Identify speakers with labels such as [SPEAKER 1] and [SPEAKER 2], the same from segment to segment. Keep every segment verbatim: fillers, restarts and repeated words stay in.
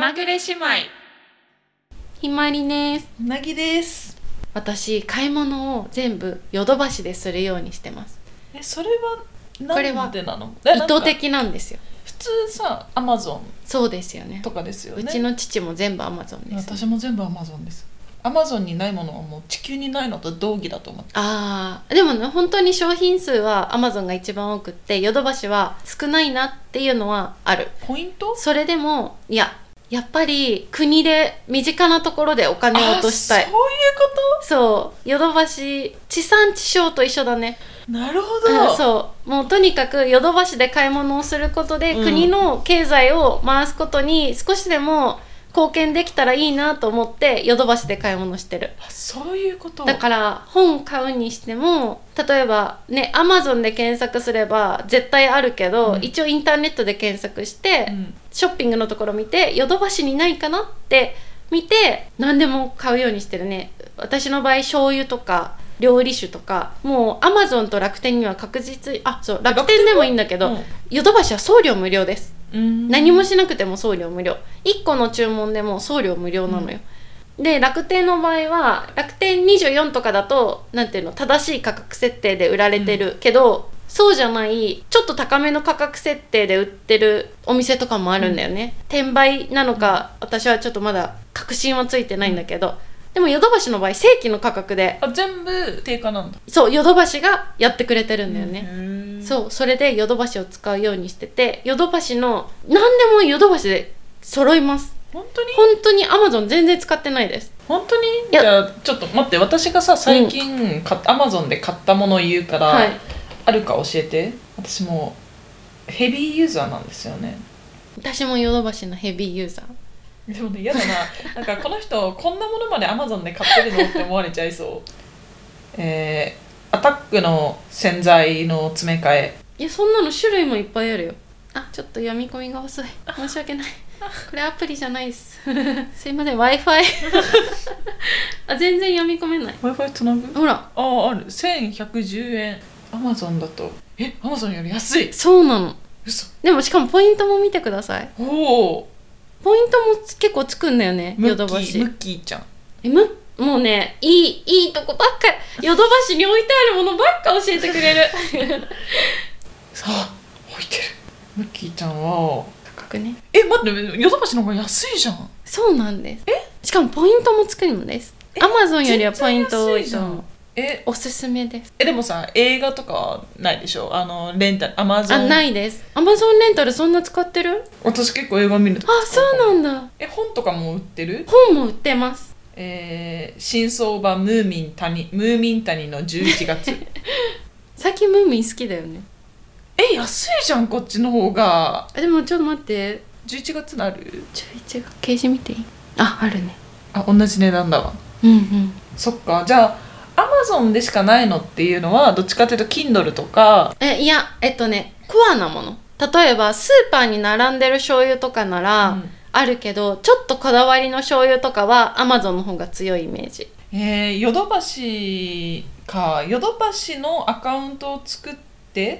[SPEAKER 1] まぐれ姉妹。
[SPEAKER 2] ひまりです。
[SPEAKER 1] なぎです。
[SPEAKER 2] 私買い物を全部ヨドバシでするようにしてます。
[SPEAKER 1] え、それはなんでなの？
[SPEAKER 2] 意図的なんですよ。
[SPEAKER 1] 普通さ、アマゾン
[SPEAKER 2] そうですよね。
[SPEAKER 1] とかですよね。
[SPEAKER 2] うちの父も全部アマゾンです、ね。
[SPEAKER 1] 私も全部アマゾンです。アマゾンにないものはもう地球にないのと同義だと思って。
[SPEAKER 2] ああ、でもね、本当に商品数はアマゾンが一番多くってヨドバシは少ないなっていうのはある。
[SPEAKER 1] ポイント？
[SPEAKER 2] それでもいや、やっぱり国で身近なところでお金を落としたい。
[SPEAKER 1] そういうこ
[SPEAKER 2] そうヨドバシ地産地消と一緒だね。
[SPEAKER 1] と？なるほど、
[SPEAKER 2] うん、そうもうとにかくヨドバシで買い物をすることで、うん、国の経済を回すことに少しでも貢献できたらいいなと思ってヨドバシで買い物してる。
[SPEAKER 1] そういうこと。
[SPEAKER 2] だから本買うにしても、例えばね、アマゾンで検索すれば絶対あるけど、うん、一応インターネットで検索して、うん、ショッピングのところ見てヨドバシにないかなって見て何でも買うようにしてるね。私の場合醤油とか料理酒とか、もうアマゾンと楽天には確実、あ、そう楽天でもいいんだけど、ヨドバシは送料無料です。何もしなくても送料無料。いっこの注文でも送料無料なのよ、うん、で楽天の場合は楽天にじゅうよんとかだとなんていうの、正しい価格設定で売られてる、うん、けどそうじゃないちょっと高めの価格設定で売ってるお店とかもあるんだよね、うん、転売なのか私はちょっとまだ確信はついてないんだけど、でもヨドバシの場合正規の価格で、
[SPEAKER 1] あ、全部定価なんだ。
[SPEAKER 2] そうヨドバシがやってくれてるんだよね、うん、そうそれでヨドバシを使うようにしてて、ヨドバシの何でもヨドバシで揃います。
[SPEAKER 1] 本当に？
[SPEAKER 2] 本当にアマゾン全然使ってないです。
[SPEAKER 1] 本当に？じゃあちょっと待って、私がさ最近アマゾンで買ったものを言うから、はい、あるか教えて。私もヘビーユーザーなんですよね。
[SPEAKER 2] 私もヨドバシのヘビーユーザー。
[SPEAKER 1] でもね、嫌だな。なんかこの人こんなものまでアマゾンで買ってるのって思われちゃいそう。えー、アタックの洗剤の詰め替え。
[SPEAKER 2] いや、そんなの種類もいっぱいあるよ。あ、ちょっと読み込みが遅い。申し訳ない。これアプリじゃないです。すいません、Wi-Fi あ、全然読み込めない。
[SPEAKER 1] Wi-Fi つなぐ？
[SPEAKER 2] ほら、
[SPEAKER 1] あ、ある。せんひゃくじゅうえん。アマゾンだとえ、アマゾンより安い。
[SPEAKER 2] そうなの。
[SPEAKER 1] 嘘。
[SPEAKER 2] でもしかもポイントも見てください。
[SPEAKER 1] おお、
[SPEAKER 2] ポイントも結構つくんだよね、ヨドバシ。
[SPEAKER 1] ムッキーちゃん。
[SPEAKER 2] え、むもうね、いいいいとこばっかり、ヨドバシに置いてあるものばっか教えてくれる。
[SPEAKER 1] さあ、置いてる。ムッキーちゃんは
[SPEAKER 2] 高くね。
[SPEAKER 1] え、待って、ヨドバシの方が安いじゃん。
[SPEAKER 2] そうなんです。
[SPEAKER 1] え、
[SPEAKER 2] しかもポイントもつくのです。アマゾンよりはポイント多いと思う。
[SPEAKER 1] え、
[SPEAKER 2] おすすめです。
[SPEAKER 1] え、でもさ、映画とかはないでしょ？あのレンタル、アマゾン。
[SPEAKER 2] あ、ないです。アマゾンレンタルそんな使ってる？
[SPEAKER 1] 私結構映画見ると。
[SPEAKER 2] あ、そうなんだ。
[SPEAKER 1] え、本とかも売ってる？
[SPEAKER 2] 本も売ってます。
[SPEAKER 1] えー、新相場ムーミン谷ムーミン谷のじゅういちがつ。
[SPEAKER 2] 最近ムーミン好きだよね。
[SPEAKER 1] え、安いじゃん、こっちの方が。
[SPEAKER 2] あ、でもちょっと待って、
[SPEAKER 1] じゅういちがつになる？
[SPEAKER 2] じゅういちがつ掲示見ていい？あ、あるね。
[SPEAKER 1] あ、同じ値段だわ。
[SPEAKER 2] うんうん。
[SPEAKER 1] そっか。じゃあアマゾンでしかないのっていうのはどっちかというと Kindle とか。
[SPEAKER 2] え、いや、えっとね、コアなもの、例えばスーパーに並んでる醤油とかなら、うん、あるけどちょっとこだわりの醤油とかはアマゾンの方が強いイメージ。
[SPEAKER 1] えー、ヨドバシか。ヨドバシのアカウントを作って。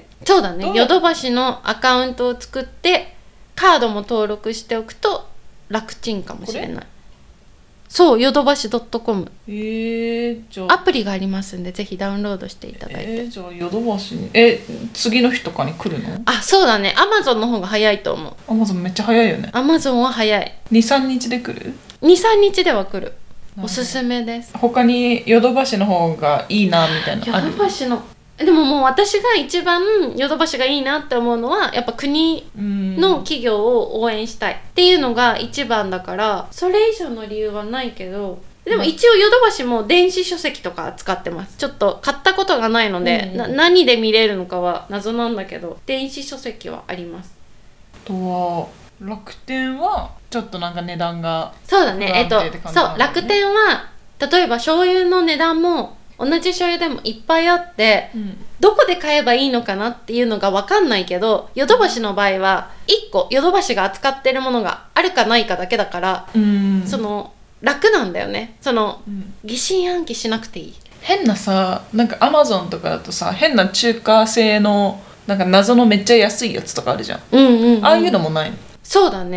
[SPEAKER 2] そうだね、ヨドバシのアカウントを作ってカードも登録しておくと楽ちんかもしれない。そう、ヨドバシ .com。
[SPEAKER 1] えー、じゃあ
[SPEAKER 2] アプリがありますんでぜひダウンロードしていただいて。
[SPEAKER 1] えー、じゃあヨドバシにえ次の日とかに来るの？
[SPEAKER 2] あ、そうだね、アマゾンの方が早いと思う。
[SPEAKER 1] アマゾンめっちゃ早いよね。
[SPEAKER 2] アマゾンは早い。
[SPEAKER 1] にさんにちで来る？
[SPEAKER 2] にさんにちでは来る。おすすめです。
[SPEAKER 1] 他にヨドバシの方がいいなみたいなのある？
[SPEAKER 2] ヨドバシのでももう私が一番ヨドバシがいいなって思うのはやっぱ国の企業を応援したいっていうのが一番だから、それ以上の理由はないけど、でも一応ヨドバシも電子書籍とか使ってます。ちょっと買ったことがないので、うん、な何で見れるのかは謎なんだけど電子書籍はあります。
[SPEAKER 1] あとは楽天はちょっとなんか値段が
[SPEAKER 2] そうだね、えっとそう楽天は例えば醤油の値段も同じ醤油でもいっぱいあって、うん、どこで買えばいいのかなっていうのが分かんないけど、ヨドバシの場合はいっこヨドバシが扱ってるものがあるかないかだけだから、うん、その楽なんだよね。その、うん、疑心暗鬼しなくていい。
[SPEAKER 1] 変なさ、なんかアマゾンとかだとさ、変な中華製のなんか謎のめっちゃ安いやつとかあるじゃん、
[SPEAKER 2] うんうんうん、
[SPEAKER 1] ああいうのもないの？
[SPEAKER 2] そうだね、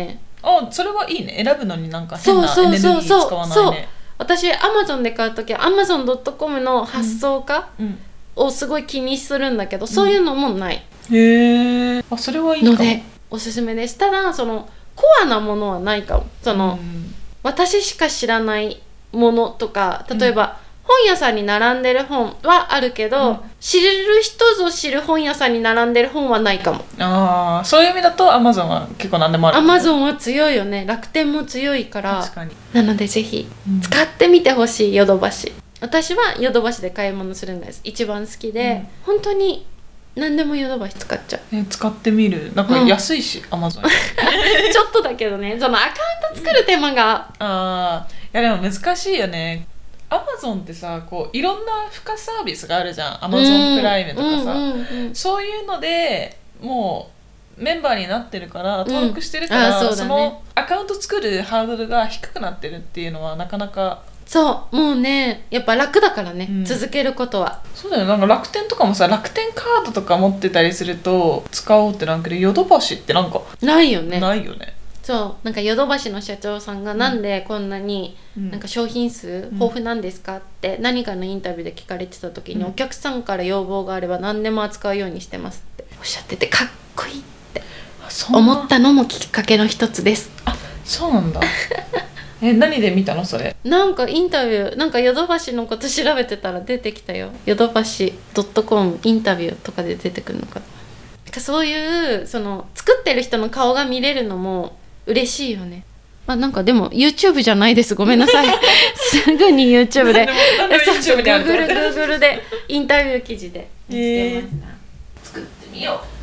[SPEAKER 1] あ、それはいいね。選ぶのになんか変なエネルギー使わないね。そうそうそうそう。
[SPEAKER 2] 私 Amazon で買うときは アマゾンドットコム の発送化をすごい気にするんだけど、うん、そういうのもない、
[SPEAKER 1] うん、へえ。あ、それはいいかも。ので
[SPEAKER 2] おすすめです。ただそのコアなものはないかも。その、うん、私しか知らないものとか、例えば、うん、本屋さんに並んでる本はあるけど、うん、知る人ぞ知る本屋さんに並んでる本はないかも。
[SPEAKER 1] ああ、そういう意味だと Amazon は結構何でもある。
[SPEAKER 2] Amazon は強いよね。楽天も強いから。
[SPEAKER 1] 確かに。
[SPEAKER 2] なのでぜひ使ってみてほしい、ヨドバシ。私はヨドバシで買い物するんです。一番好きで、うん、本当に何でもヨドバシ使っちゃう、
[SPEAKER 1] え使ってみる。なんか安いし、うん、Amazon
[SPEAKER 2] ちょっとだけどね、そのアカウント作る手間が、
[SPEAKER 1] うん、ああ、いやでも難しいよね。アマゾンってさ、こういろんな付加サービスがあるじゃん。アマゾンプライムとかさ、うんうんうん、そういうのでもうメンバーになってるから登録してるから、うん、 そ, ね、そのアカウント作るハードルが低くなってるっていうのはなかなか。
[SPEAKER 2] そうもうね、やっぱ楽だからね、うん、続けることは。
[SPEAKER 1] そうだよ。なんか楽天とかもさ、楽天カードとか持ってたりすると使おうってなんかけど、ヨドバシってなんか
[SPEAKER 2] ないよね。
[SPEAKER 1] ないよね。
[SPEAKER 2] そうなんかヨドバシの社長さんがなんでこんなになんか商品数豊富なんですかって何かのインタビューで聞かれてた時に、お客さんから要望があれば何でも扱うようにしてますっておっしゃってて、かっこいいって思ったのもきっかけの一つです。
[SPEAKER 1] あ、そうなんだえ、何で見たのそれ。
[SPEAKER 2] なんかインタビュー、なんかヨドバシのこと調べてたら出てきたよ。ヨドバシ .com インタビューとかで出てくるのかな。そういうその作ってる人の顔が見れるのも嬉しいよね。まあ、なんかでも YouTube じゃないです、ごめんなさいすぐに YouTube で
[SPEAKER 1] YouTube であると思って
[SPEAKER 2] Google でインタビュー記事で見つけました、
[SPEAKER 1] えー、作ってみよう。